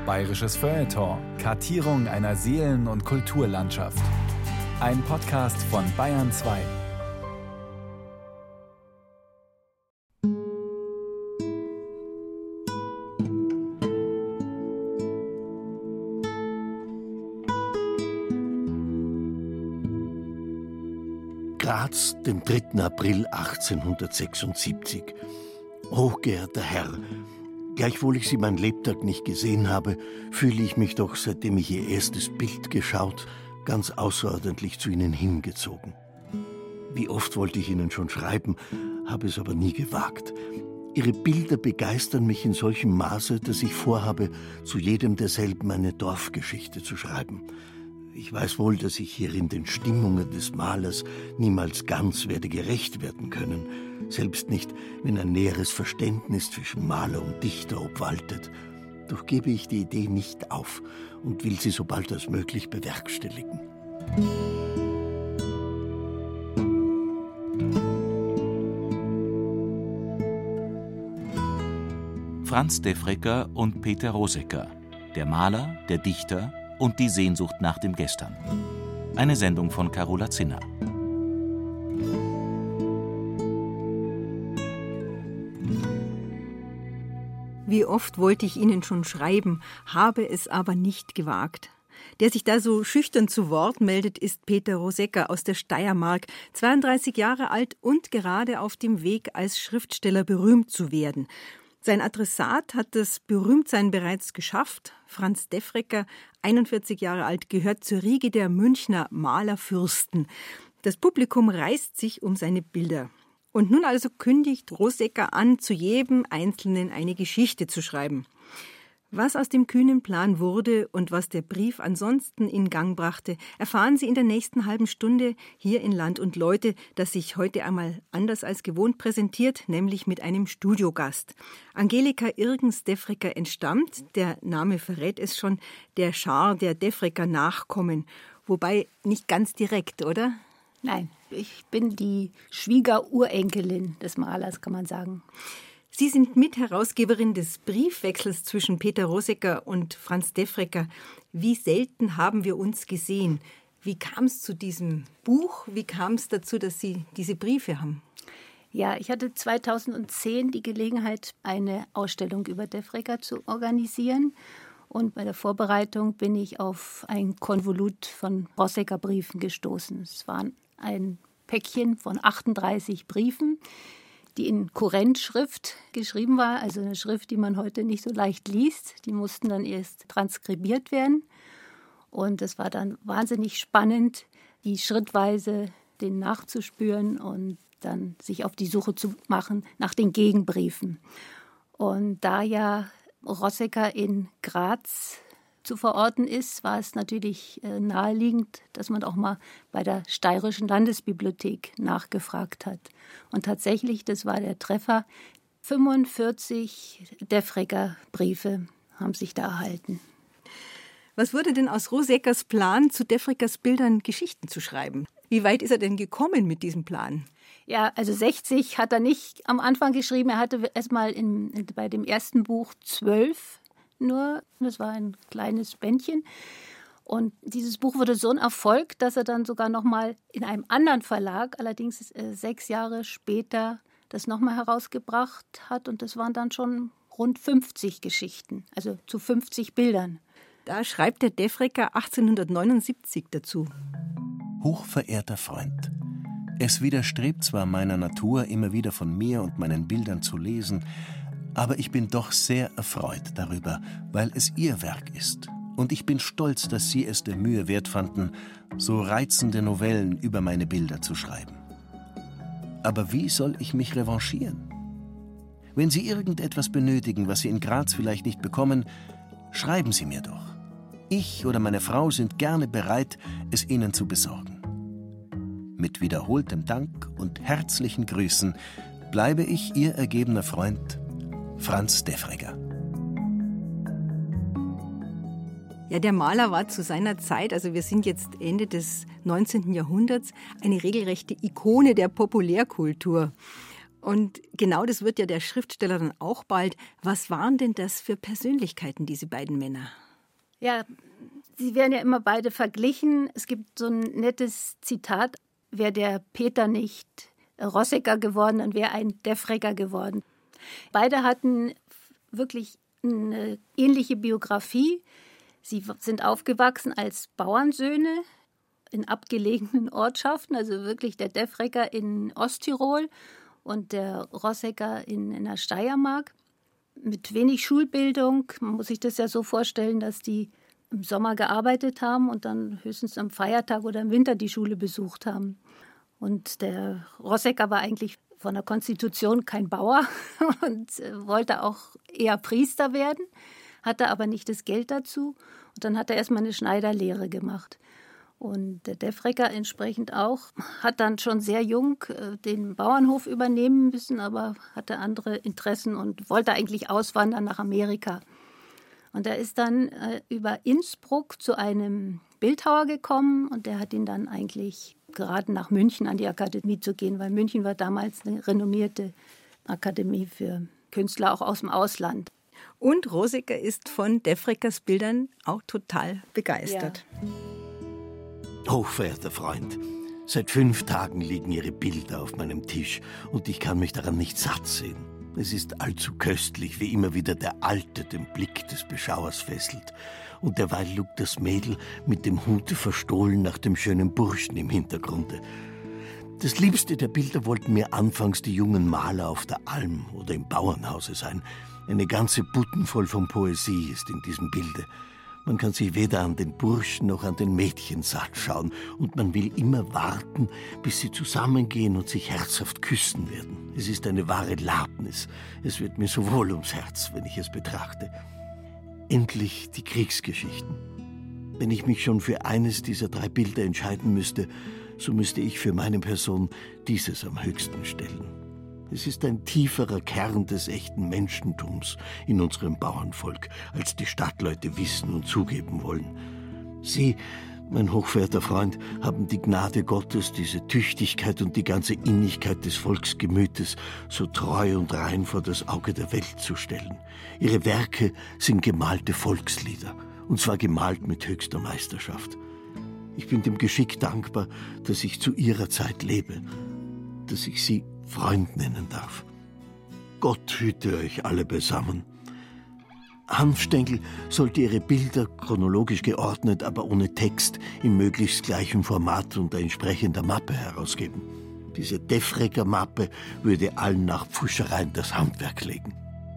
Bayerisches Feuilleton. Kartierung einer Seelen- und Kulturlandschaft. Ein Podcast von Bayern 2. Graz, dem 3. April 1876. Hochgeehrter Herr, gleichwohl ich Sie mein Lebtag nicht gesehen habe, fühle ich mich doch, seitdem ich Ihr erstes Bild geschaut, ganz außerordentlich zu Ihnen hingezogen. Wie oft wollte ich Ihnen schon schreiben, habe es aber nie gewagt. Ihre Bilder begeistern mich in solchem Maße, dass ich vorhabe, zu jedem derselben eine Dorfgeschichte zu schreiben. Ich weiß wohl, dass ich hierin den Stimmungen des Malers niemals ganz werde gerecht werden können, selbst nicht, wenn ein näheres Verständnis zwischen Maler und Dichter obwaltet. Doch gebe ich die Idee nicht auf und will sie so bald als möglich bewerkstelligen. Franz Defregger und Peter Rosegger, der Maler, der Dichter und die Sehnsucht nach dem Gestern. Eine Sendung von Carola Zinner. Wie oft wollte ich Ihnen schon schreiben, habe es aber nicht gewagt. Der sich da so schüchtern zu Wort meldet, ist Peter Rosegger aus der Steiermark, 32 Jahre alt und gerade auf dem Weg, als Schriftsteller berühmt zu werden. Sein Adressat hat das Berühmtsein bereits geschafft. Franz Defregger, 41 Jahre alt, gehört zur Riege der Münchner Malerfürsten. Das Publikum reißt sich um seine Bilder. Und nun also kündigt Rosegger an, zu jedem Einzelnen eine Geschichte zu schreiben. Was aus dem kühnen Plan wurde und was der Brief ansonsten in Gang brachte, erfahren Sie in der nächsten halben Stunde hier in Land und Leute, das sich heute einmal anders als gewohnt präsentiert, nämlich mit einem Studiogast. Angelika Irgens-Defregger entstammt, der Name verrät es schon, der Schar der Defregger-Nachkommen. Wobei nicht ganz direkt, oder? Nein, ich bin die Schwiegerurenkelin des Malers, kann man sagen. Sie sind Mitherausgeberin des Briefwechsels zwischen Peter Rosegger und Franz Defregger. Wie selten haben wir uns gesehen. Wie kam es zu diesem Buch? Wie kam es dazu, dass Sie diese Briefe haben? Ja, ich hatte 2010 die Gelegenheit, eine Ausstellung über Defregger zu organisieren. Und bei der Vorbereitung bin ich auf ein Konvolut von Rosegger-Briefen gestoßen. Es waren ein Päckchen von 38 Briefen, die in Kurrentschrift geschrieben war, also eine Schrift, die man heute nicht so leicht liest. Die mussten dann erst transkribiert werden. Und es war dann wahnsinnig spannend, die schrittweise den nachzuspüren und dann sich auf die Suche zu machen nach den Gegenbriefen. Und da ja Rosegger in Graz zu verorten ist, war es natürlich naheliegend, dass man auch mal bei der Steirischen Landesbibliothek nachgefragt hat. Und tatsächlich, das war der Treffer, 45 Defregger-Briefe haben sich da erhalten. Was wurde denn aus Roseggers Plan, zu Defreggers Bildern Geschichten zu schreiben? Wie weit ist er denn gekommen mit diesem Plan? Ja, also 60 hat er nicht am Anfang geschrieben. Er hatte erst mal bei dem ersten Buch 12 nur. Das war ein kleines Bändchen. Und dieses Buch wurde so ein Erfolg, dass er dann sogar noch mal in einem anderen Verlag, allerdings 6 Jahre später, das noch mal herausgebracht hat. Und das waren dann schon rund 50 Geschichten, also zu 50 Bildern. Da schreibt der Defregger 1879 dazu. Hochverehrter Freund, es widerstrebt zwar meiner Natur, immer wieder von mir und meinen Bildern zu lesen, aber ich bin doch sehr erfreut darüber, weil es Ihr Werk ist. Und ich bin stolz, dass Sie es der Mühe wert fanden, so reizende Novellen über meine Bilder zu schreiben. Aber wie soll ich mich revanchieren? Wenn Sie irgendetwas benötigen, was Sie in Graz vielleicht nicht bekommen, schreiben Sie mir doch. Ich oder meine Frau sind gerne bereit, es Ihnen zu besorgen. Mit wiederholtem Dank und herzlichen Grüßen bleibe ich Ihr ergebener Freund Franz Defregger. Ja, der Maler war zu seiner Zeit, also wir sind jetzt Ende des 19. Jahrhunderts, eine regelrechte Ikone der Populärkultur. Und genau das wird ja der Schriftsteller dann auch bald. Was waren denn das für Persönlichkeiten, diese beiden Männer? Ja, sie werden ja immer beide verglichen. Es gibt so ein nettes Zitat: Wäre der Peter nicht Rossecker geworden, dann wäre ein Defregger geworden. Beide hatten wirklich eine ähnliche Biografie. Sie sind aufgewachsen als Bauernsöhne in abgelegenen Ortschaften, also wirklich der Defregger in Osttirol und der Rossecker in der Steiermark. Mit wenig Schulbildung. Man muss sich das ja so vorstellen, dass die im Sommer gearbeitet haben und dann höchstens am Feiertag oder im Winter die Schule besucht haben. Und der Rossecker war eigentlich von der Konstitution kein Bauer und wollte auch eher Priester werden, hatte aber nicht das Geld dazu. Und dann hat er erstmal eine Schneiderlehre gemacht. Und der Defregger entsprechend auch, hat dann schon sehr jung den Bauernhof übernehmen müssen, aber hatte andere Interessen und wollte eigentlich auswandern nach Amerika. Und er ist dann über Innsbruck zu einem Bildhauer gekommen und der hat ihn dann eigentlich geraten, nach München an die Akademie zu gehen, weil München war damals eine renommierte Akademie für Künstler, auch aus dem Ausland. Und Rossecker ist von Defreggers Bildern auch total begeistert. Ja. Hochverehrter Freund, seit 5 Tagen liegen Ihre Bilder auf meinem Tisch und ich kann mich daran nicht satt sehen. Es ist allzu köstlich, wie immer wieder der Alte den Blick des Beschauers fesselt. Und derweil lugt das Mädel mit dem Hute verstohlen nach dem schönen Burschen im Hintergrunde. Das Liebste der Bilder wollten mir anfangs die jungen Maler auf der Alm oder im Bauernhause sein. Eine ganze Butten voll von Poesie ist in diesem Bilde. Man kann sich weder an den Burschen noch an den Mädchen satt schauen und man will immer warten, bis sie zusammengehen und sich herzhaft küssen werden. Es ist eine wahre Labnis. Es wird mir so wohl ums Herz, wenn ich es betrachte. Endlich die Kriegsgeschichten. Wenn ich mich schon für eines dieser 3 Bilder entscheiden müsste, so müsste ich für meine Person dieses am höchsten stellen. Es ist ein tieferer Kern des echten Menschentums in unserem Bauernvolk, als die Stadtleute wissen und zugeben wollen. Sie, mein hochverehrter Freund, haben die Gnade Gottes, diese Tüchtigkeit und die ganze Innigkeit des Volksgemütes so treu und rein vor das Auge der Welt zu stellen. Ihre Werke sind gemalte Volkslieder, und zwar gemalt mit höchster Meisterschaft. Ich bin dem Geschick dankbar, dass ich zu ihrer Zeit lebe, dass ich sie Freund nennen darf. Gott hüte euch alle beisammen. Hanfstengel sollte ihre Bilder chronologisch geordnet, aber ohne Text, im möglichst gleichen Format und entsprechender Mappe herausgeben. Diese Defregger-Mappe würde allen Nachpfuschereien das Handwerk legen.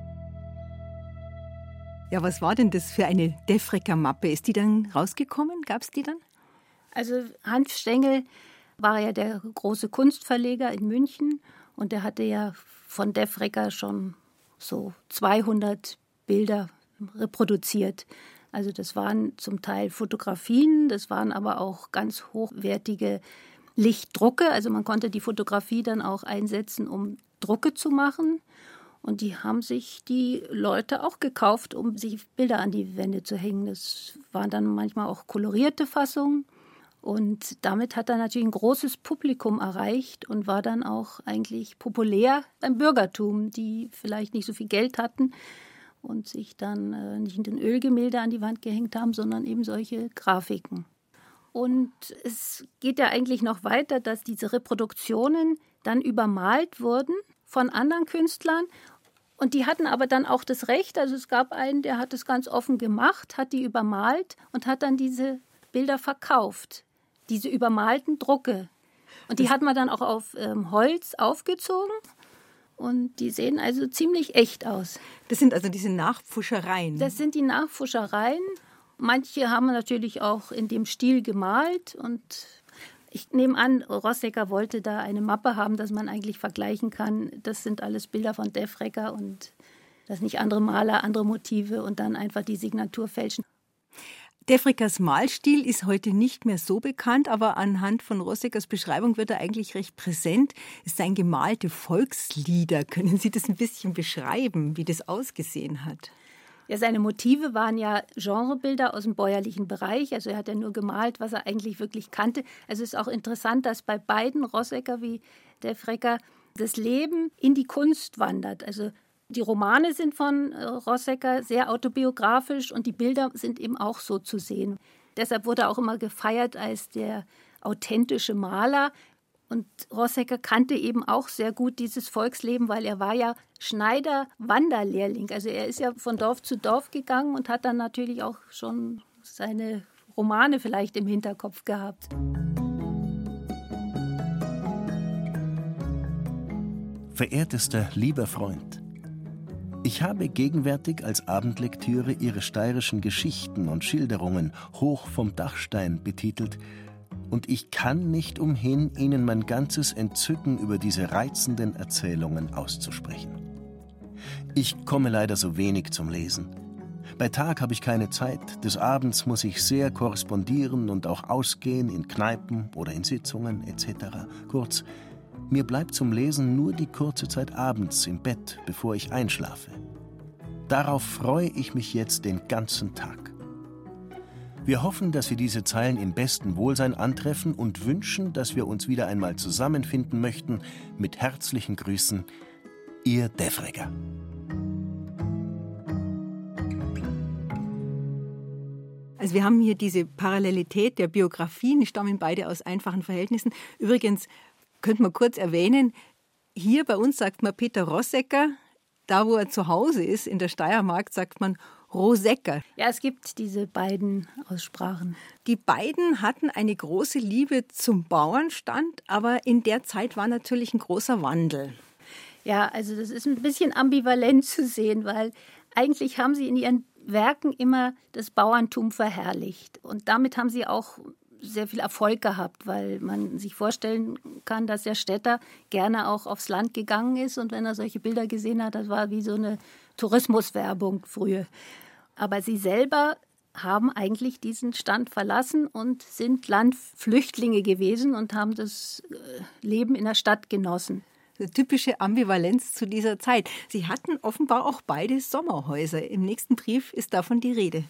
Ja, was war denn das für eine Defregger-Mappe? Ist die dann rausgekommen? Gab es die dann? Also Hanfstengel war ja der große Kunstverleger in München und der hatte ja von Defregger schon so 200 Bilder reproduziert. Also das waren zum Teil Fotografien, das waren aber auch ganz hochwertige Lichtdrucke. Also man konnte die Fotografie dann auch einsetzen, um Drucke zu machen. Und die haben sich die Leute auch gekauft, um sich Bilder an die Wände zu hängen. Das waren dann manchmal auch kolorierte Fassungen. Und damit hat er natürlich ein großes Publikum erreicht und war dann auch eigentlich populär beim Bürgertum, die vielleicht nicht so viel Geld hatten und sich dann nicht in Ölgemälde an die Wand gehängt haben, sondern eben solche Grafiken. Und es geht ja eigentlich noch weiter, dass diese Reproduktionen dann übermalt wurden von anderen Künstlern. Und die hatten aber dann auch das Recht, also es gab einen, der hat es ganz offen gemacht, hat die übermalt und hat dann diese Bilder verkauft, diese übermalten Drucke. Und die hat man dann auch auf Holz aufgezogen und die sehen also ziemlich echt aus. Das sind also diese Nachpfuschereien? Das sind die Nachpfuschereien. Manche haben natürlich auch in dem Stil gemalt und ich nehme an, Rossecker wollte da eine Mappe haben, dass man eigentlich vergleichen kann. Das sind alles Bilder von Defregger und das nicht andere Maler, andere Motive und dann einfach die Signatur fälschen. Defreggers Malstil ist heute nicht mehr so bekannt, aber anhand von Rosseckers Beschreibung wird er eigentlich recht präsent. Es seien gemalte Volkslieder. Können Sie das ein bisschen beschreiben, wie das ausgesehen hat? Ja, seine Motive waren ja Genrebilder aus dem bäuerlichen Bereich. Also er hat ja nur gemalt, was er eigentlich wirklich kannte. Also es ist auch interessant, dass bei beiden, Rossecker wie Defregger, das Leben in die Kunst wandert. Also die Romane sind von Rossecker sehr autobiografisch und die Bilder sind eben auch so zu sehen. Deshalb wurde er auch immer gefeiert als der authentische Maler. Und Rossecker kannte eben auch sehr gut dieses Volksleben, weil er war ja Schneider-Wanderlehrling. Also er ist ja von Dorf zu Dorf gegangen und hat dann natürlich auch schon seine Romane vielleicht im Hinterkopf gehabt. Verehrtester lieber Freund, ich habe gegenwärtig als Abendlektüre Ihre steirischen Geschichten und Schilderungen hoch vom Dachstein betitelt, und ich kann nicht umhin, Ihnen mein ganzes Entzücken über diese reizenden Erzählungen auszusprechen. Ich komme leider so wenig zum Lesen. Bei Tag habe ich keine Zeit, des Abends muss ich sehr korrespondieren und auch ausgehen in Kneipen oder in Sitzungen etc. Kurz, mir bleibt zum Lesen nur die kurze Zeit abends im Bett, bevor ich einschlafe. Darauf freue ich mich jetzt den ganzen Tag. Wir hoffen, dass wir diese Zeilen im besten Wohlsein antreffen und wünschen, dass wir uns wieder einmal zusammenfinden möchten. Mit herzlichen Grüßen, Ihr Defregger. Also wir haben hier diese Parallelität der Biografien, die stammen beide aus einfachen Verhältnissen. Übrigens könnte man kurz erwähnen, hier bei uns sagt man Peter Rossecker, da wo er zu Hause ist, in der Steiermark, sagt man Rosecker. Ja, es gibt diese beiden Aussprachen. Die beiden hatten eine große Liebe zum Bauernstand, aber in der Zeit war natürlich ein großer Wandel. Ja, also das ist ein bisschen ambivalent zu sehen, weil eigentlich haben sie in ihren Werken immer das Bauerntum verherrlicht. Und damit haben sie auch sehr viel Erfolg gehabt, weil man sich vorstellen kann, dass der Städter gerne auch aufs Land gegangen ist. Und wenn er solche Bilder gesehen hat, das war wie so eine Tourismuswerbung früher. Aber sie selber haben eigentlich diesen Stand verlassen und sind Landflüchtlinge gewesen und haben das Leben in der Stadt genossen. Eine typische Ambivalenz zu dieser Zeit. Sie hatten offenbar auch beide Sommerhäuser. Im nächsten Brief ist davon die Rede.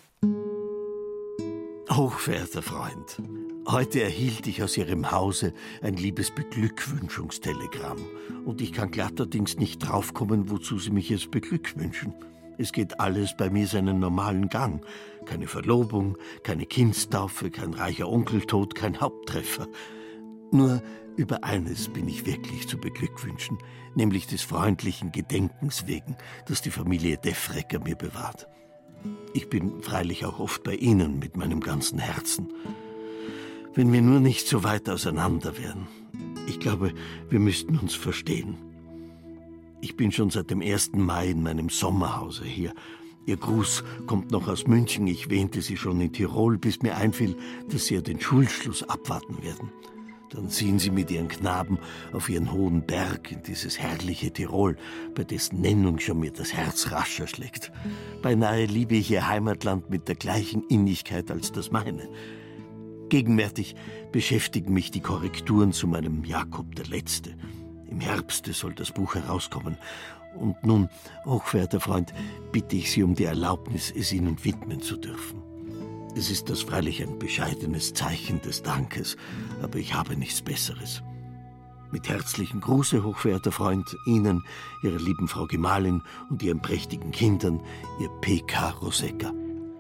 Hochverehrter Freund, heute erhielt ich aus Ihrem Hause ein liebes Beglückwünschungstelegramm. Und ich kann glatterdings nicht draufkommen, wozu Sie mich jetzt beglückwünschen. Es geht alles bei mir seinen normalen Gang. Keine Verlobung, keine Kindstaufe, kein reicher Onkeltod, kein Haupttreffer. Nur über eines bin ich wirklich zu beglückwünschen, nämlich des freundlichen Gedenkens wegen, das die Familie Defregger mir bewahrt. Ich bin freilich auch oft bei Ihnen mit meinem ganzen Herzen. Wenn wir nur nicht so weit auseinander wären. Ich glaube, wir müssten uns verstehen. Ich bin schon seit dem 1. Mai in meinem Sommerhause hier. Ihr Gruß kommt noch aus München. Ich wähnte Sie schon in Tirol, bis mir einfiel, dass Sie ja den Schulschluss abwarten werden. Dann ziehen Sie mit Ihren Knaben auf Ihren hohen Berg in dieses herrliche Tirol, bei dessen Nennung schon mir das Herz rascher schlägt. Beinahe liebe ich Ihr Heimatland mit der gleichen Innigkeit als das meine. Gegenwärtig beschäftigen mich die Korrekturen zu meinem Jakob der Letzte. Im Herbste soll das Buch herauskommen. Und nun, hochverehrter Freund, bitte ich Sie um die Erlaubnis, es Ihnen widmen zu dürfen. Es ist das freilich ein bescheidenes Zeichen des Dankes, aber ich habe nichts Besseres. Mit herzlichen Gruße, hochverehrter Freund, Ihnen, Ihrer lieben Frau Gemahlin und Ihren prächtigen Kindern, Ihr P.K. Rossecker.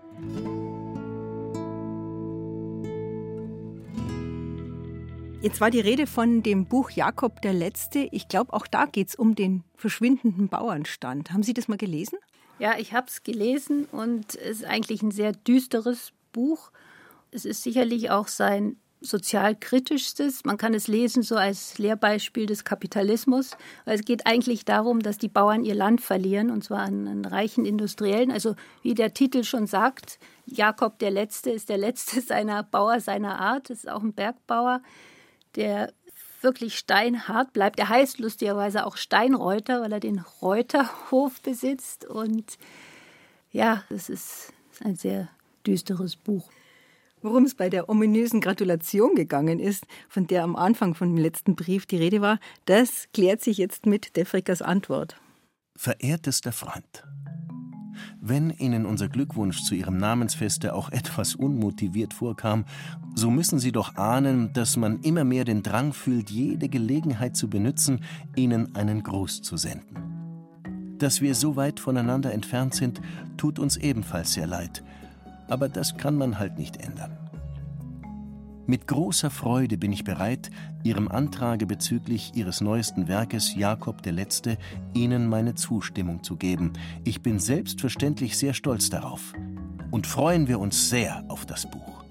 Jetzt war die Rede von dem Buch Jakob der Letzte. Ich glaube, auch da geht es um den verschwindenden Bauernstand. Haben Sie das mal gelesen? Ja, ich habe es gelesen und es ist eigentlich ein sehr düsteres Buch. Es ist sicherlich auch sein sozialkritischstes. Man kann es lesen so als Lehrbeispiel des Kapitalismus. Es geht eigentlich darum, dass die Bauern ihr Land verlieren, und zwar an einen reichen Industriellen. Also wie der Titel schon sagt, Jakob der Letzte ist der letzte seiner Bauer seiner Art. Das ist auch ein Bergbauer, der wirklich steinhart bleibt. Er heißt lustigerweise auch Steinreuter, weil er den Reuterhof besitzt. Und ja, es ist ein sehr düsteres Buch. Worum es bei der ominösen Gratulation gegangen ist, von der am Anfang von dem letzten Brief die Rede war, das klärt sich jetzt mit Defreggers Antwort. Verehrtester Freund, Wenn Ihnen unser Glückwunsch zu Ihrem Namensfeste auch etwas unmotiviert vorkam, so müssen Sie doch ahnen, dass man immer mehr den Drang fühlt, jede Gelegenheit zu benutzen, Ihnen einen Gruß zu senden. Dass wir so weit voneinander entfernt sind, tut uns ebenfalls sehr leid, aber das kann man halt nicht ändern. Mit großer Freude bin ich bereit, Ihrem Antrage bezüglich Ihres neuesten Werkes Jakob der Letzte Ihnen meine Zustimmung zu geben. Ich bin selbstverständlich sehr stolz darauf und freuen wir uns sehr auf das Buch.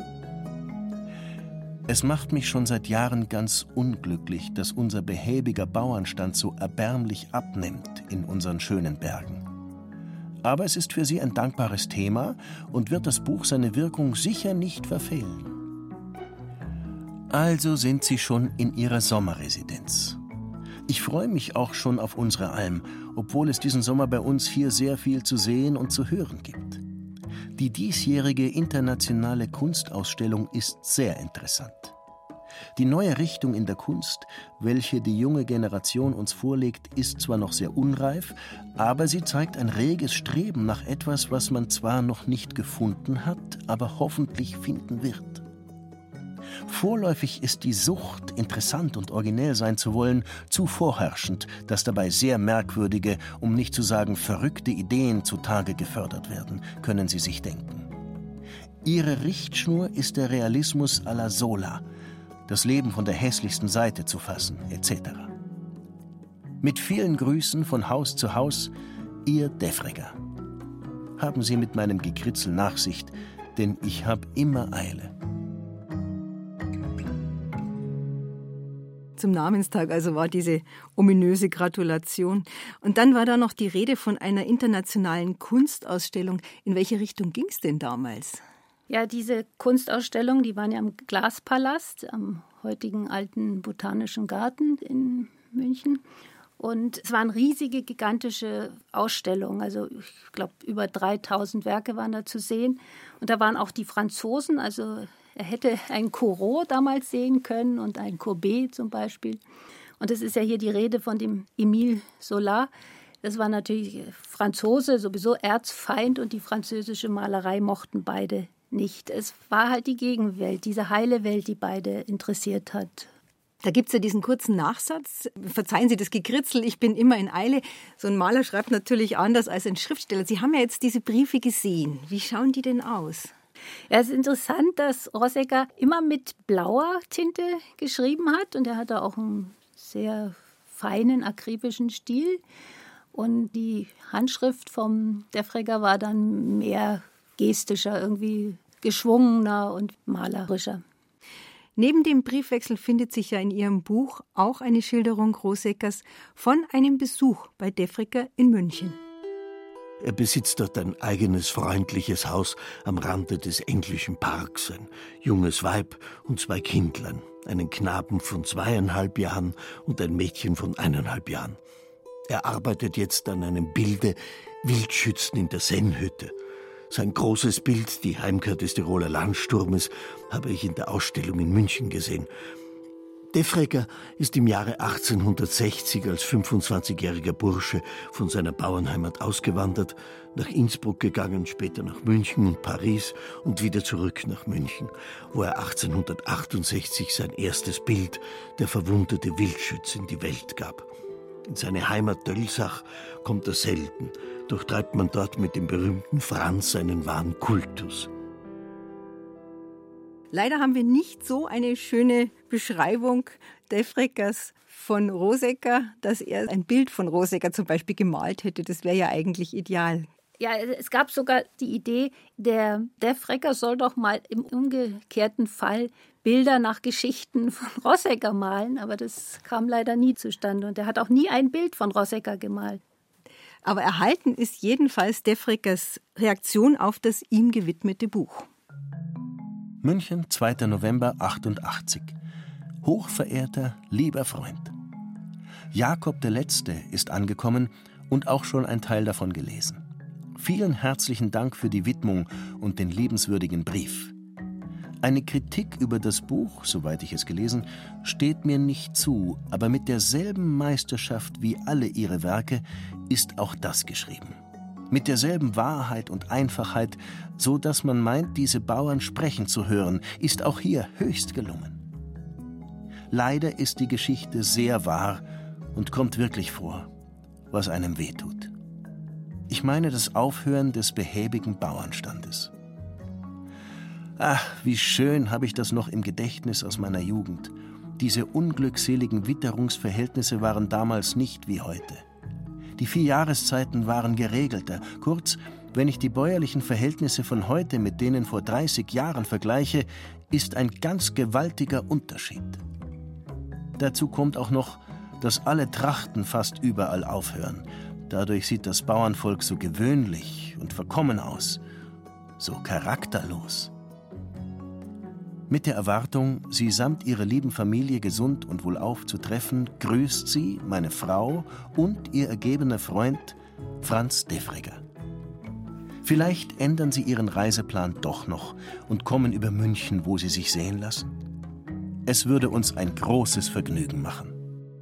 Es macht mich schon seit Jahren ganz unglücklich, dass unser behäbiger Bauernstand so erbärmlich abnimmt in unseren schönen Bergen. Aber es ist für Sie ein dankbares Thema und wird das Buch seine Wirkung sicher nicht verfehlen. Also sind Sie schon in Ihrer Sommerresidenz. Ich freue mich auch schon auf unsere Alm, obwohl es diesen Sommer bei uns hier sehr viel zu sehen und zu hören gibt. Die diesjährige internationale Kunstausstellung ist sehr interessant. Die neue Richtung in der Kunst, welche die junge Generation uns vorlegt, ist zwar noch sehr unreif, aber sie zeigt ein reges Streben nach etwas, was man zwar noch nicht gefunden hat, aber hoffentlich finden wird. Vorläufig ist die Sucht, interessant und originell sein zu wollen, zu vorherrschend, dass dabei sehr merkwürdige, um nicht zu sagen verrückte Ideen zutage gefördert werden, können Sie sich denken. Ihre Richtschnur ist der Realismus à la Zola, das Leben von der hässlichsten Seite zu fassen, etc. Mit vielen Grüßen von Haus zu Haus, Ihr Defregger. Haben Sie mit meinem Gekritzel Nachsicht, denn ich habe immer Eile. Zum Namenstag also war diese ominöse Gratulation. Und dann war da noch die Rede von einer internationalen Kunstausstellung. In welche Richtung ging es denn damals? Ja, diese Kunstausstellung, die waren ja im Glaspalast, am heutigen alten Botanischen Garten in München. Und es waren riesige, gigantische Ausstellungen. Also ich glaube, über 3000 Werke waren da zu sehen. Und da waren auch die Franzosen, also er hätte einen Corot damals sehen können und einen Courbet zum Beispiel. Und es ist ja hier die Rede von dem Émile Zola. Das war natürlich Franzose, sowieso Erzfeind, und die französische Malerei mochten beide nicht. Es war halt die Gegenwelt, diese heile Welt, die beide interessiert hat. Da gibt es ja diesen kurzen Nachsatz, verzeihen Sie das Gekritzel, ich bin immer in Eile. So ein Maler schreibt natürlich anders als ein Schriftsteller. Sie haben ja jetzt diese Briefe gesehen. Wie schauen die denn aus? Ja, es ist interessant, dass Rosegger immer mit blauer Tinte geschrieben hat. Und er hatte auch einen sehr feinen, akribischen Stil. Und die Handschrift vom Defregger war dann mehr gestischer, irgendwie geschwungener und malerischer. Neben dem Briefwechsel findet sich ja in Ihrem Buch auch eine Schilderung Roseckers von einem Besuch bei Defregger in München. Er besitzt dort ein eigenes freundliches Haus am Rande des englischen Parks, ein junges Weib und 2 Kindlein, einen Knaben von 2,5 Jahren und ein Mädchen von 1,5 Jahren. Er arbeitet jetzt an einem Bilde Wildschützen in der Sennhütte. Sein großes Bild, die Heimkehr des Tiroler Landsturmes, habe ich in der Ausstellung in München gesehen. Defregger ist im Jahre 1860 als 25-jähriger Bursche von seiner Bauernheimat ausgewandert, nach Innsbruck gegangen, später nach München und Paris und wieder zurück nach München, wo er 1868 sein erstes Bild, der verwundete Wildschütz, in die Welt gab. In seine Heimat Dölsach kommt er selten, doch treibt man dort mit dem berühmten Franz einen wahren Kultus. Leider haben wir nicht so eine schöne Beschreibung Defreggers von Rosegger, dass er ein Bild von Rosegger zum Beispiel gemalt hätte. Das wäre ja eigentlich ideal. Ja, es gab sogar die Idee, der Defregger soll doch mal im umgekehrten Fall Bilder nach Geschichten von Rosegger malen, aber das kam leider nie zustande und er hat auch nie ein Bild von Rosegger gemalt. Aber erhalten ist jedenfalls Defreggers Reaktion auf das ihm gewidmete Buch. München, 2. November 88. Hochverehrter, lieber Freund. Jakob der Letzte ist angekommen und auch schon ein Teil davon gelesen. Vielen herzlichen Dank für die Widmung und den liebenswürdigen Brief. Eine Kritik über das Buch, soweit ich es gelesen, steht mir nicht zu, aber mit derselben Meisterschaft wie alle Ihre Werke ist auch das geschrieben. mit derselben Wahrheit und Einfachheit, so dass man meint, diese Bauern sprechen zu hören, ist auch hier höchst gelungen. Leider ist die Geschichte sehr wahr und kommt wirklich vor, was einem wehtut. Ich meine das Aufhören des behäbigen Bauernstandes. Ach, wie schön habe ich das noch im Gedächtnis aus meiner Jugend. Diese unglückseligen Witterungsverhältnisse waren damals nicht wie heute. Die 4 Jahreszeiten waren geregelter. Kurz, wenn ich die bäuerlichen Verhältnisse von heute mit denen vor 30 Jahren vergleiche, ist ein ganz gewaltiger Unterschied. Dazu kommt auch noch, dass alle Trachten fast überall aufhören. Dadurch sieht das Bauernvolk so gewöhnlich und verkommen aus, so charakterlos. Mit der Erwartung, sie samt ihrer lieben Familie gesund und wohlauf zu treffen, grüßt sie, meine Frau und ihr ergebener Freund Franz Defregger. Vielleicht ändern sie ihren Reiseplan doch noch und kommen über München, wo sie sich sehen lassen. Es würde uns ein großes Vergnügen machen.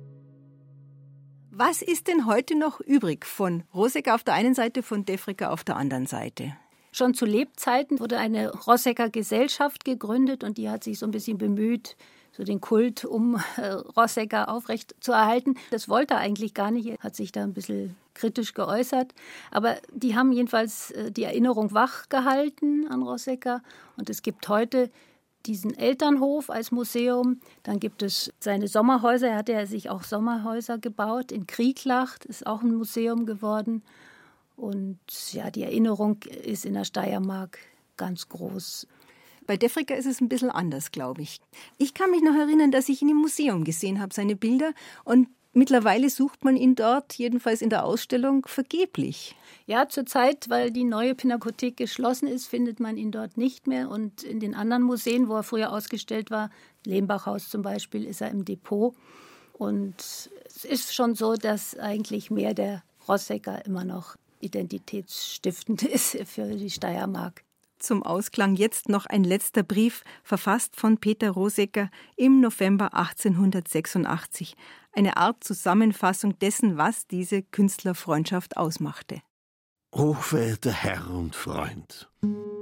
Was ist denn heute noch übrig von Rosegger auf der einen Seite, von Defregger auf der anderen Seite? Schon zu Lebzeiten wurde eine Rosegger Gesellschaft gegründet und die hat sich so ein bisschen bemüht, so den Kult um Rosegger aufrecht zu erhalten. Das wollte er eigentlich gar nicht, er hat sich da ein bisschen kritisch geäußert. Aber die haben jedenfalls die Erinnerung wach gehalten an Rosegger und es gibt heute diesen Elternhof als Museum. Dann gibt es seine Sommerhäuser, er hatte ja sich auch Sommerhäuser gebaut. In Krieglacht ist auch ein Museum geworden. Und ja, die Erinnerung ist in der Steiermark ganz groß. Bei Defregger ist es ein bisschen anders, glaube ich. Ich kann mich noch erinnern, dass ich ihn im Museum gesehen habe, seine Bilder. Und mittlerweile sucht man ihn dort, jedenfalls in der Ausstellung, vergeblich. Ja, zurzeit, weil die neue Pinakothek geschlossen ist, findet man ihn dort nicht mehr. Und in den anderen Museen, wo er früher ausgestellt war, Lehmbachhaus zum Beispiel, ist er im Depot. Und es ist schon so, dass eigentlich mehr der Rosegger immer noch identitätsstiftend ist für die Steiermark. Zum Ausklang jetzt noch ein letzter Brief, verfasst von Peter Rosegger im November 1886. Eine Art Zusammenfassung dessen, was diese Künstlerfreundschaft ausmachte. Hochverehrter Herr und Freund,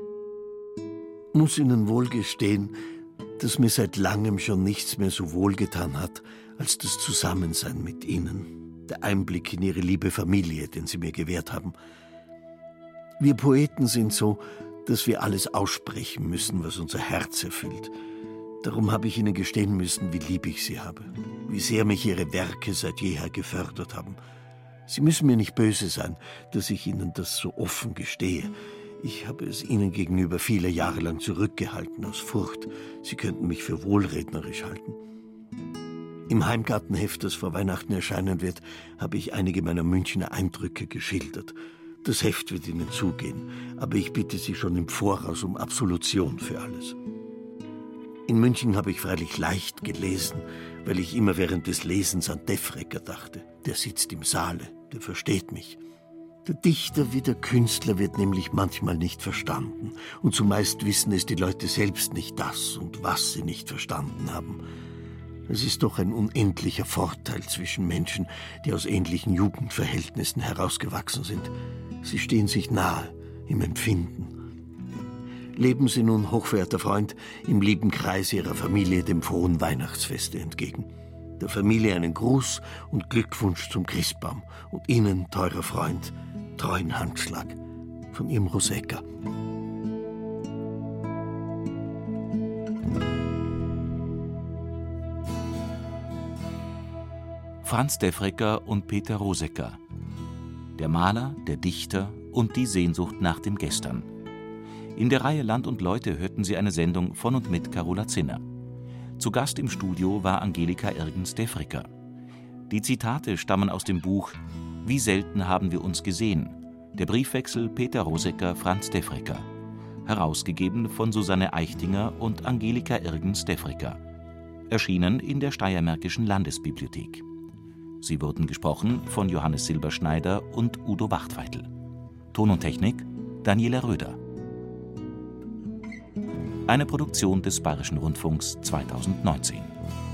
muss Ihnen wohl gestehen, dass mir seit langem schon nichts mehr so wohlgetan hat, als das Zusammensein mit Ihnen. Der Einblick in Ihre liebe Familie, den Sie mir gewährt haben. Wir Poeten sind so, dass wir alles aussprechen müssen, was unser Herz erfüllt. Darum habe ich Ihnen gestehen müssen, wie lieb ich Sie habe, wie sehr mich Ihre Werke seit jeher gefördert haben. Sie müssen mir nicht böse sein, dass ich Ihnen das so offen gestehe. Ich habe es Ihnen gegenüber viele Jahre lang zurückgehalten, aus Furcht, Sie könnten mich für wohlrednerisch halten. Im Heimgartenheft, das vor Weihnachten erscheinen wird, habe ich einige meiner Münchner Eindrücke geschildert. Das Heft wird Ihnen zugehen, aber ich bitte Sie schon im Voraus um Absolution für alles. In München habe ich freilich leicht gelesen, weil ich immer während des Lesens an Defregger dachte. Der sitzt im Saale, der versteht mich. Der Dichter wie der Künstler wird nämlich manchmal nicht verstanden. Und zumeist wissen es die Leute selbst nicht das und was sie nicht verstanden haben. Es ist doch ein unendlicher Vorteil zwischen Menschen, die aus ähnlichen Jugendverhältnissen herausgewachsen sind. Sie stehen sich nahe im Empfinden. Leben Sie nun, hochverehrter Freund, im lieben Kreis Ihrer Familie dem frohen Weihnachtsfeste entgegen. Der Familie einen Gruß und Glückwunsch zum Christbaum und Ihnen, teurer Freund, treuen Handschlag von Ihrem Rosegger. Franz Defregger und Peter Rosegger. Der Maler, der Dichter und die Sehnsucht nach dem Gestern. In der Reihe Land und Leute hörten Sie eine Sendung von und mit Carola Zinner. Zu Gast im Studio war Angelika Irgens-Defregger. Die Zitate stammen aus dem Buch »Wie selten haben wir uns gesehen«, der Briefwechsel Peter Rosegger-Franz Defregger. Herausgegeben von Susanne Eichtinger und Angelika Irgens-Defregger. Erschienen in der Steiermärkischen Landesbibliothek. Sie wurden gesprochen von Johannes Silberschneider und Udo Wachtweitel. Ton und Technik Daniela Röder. Eine Produktion des Bayerischen Rundfunks 2019.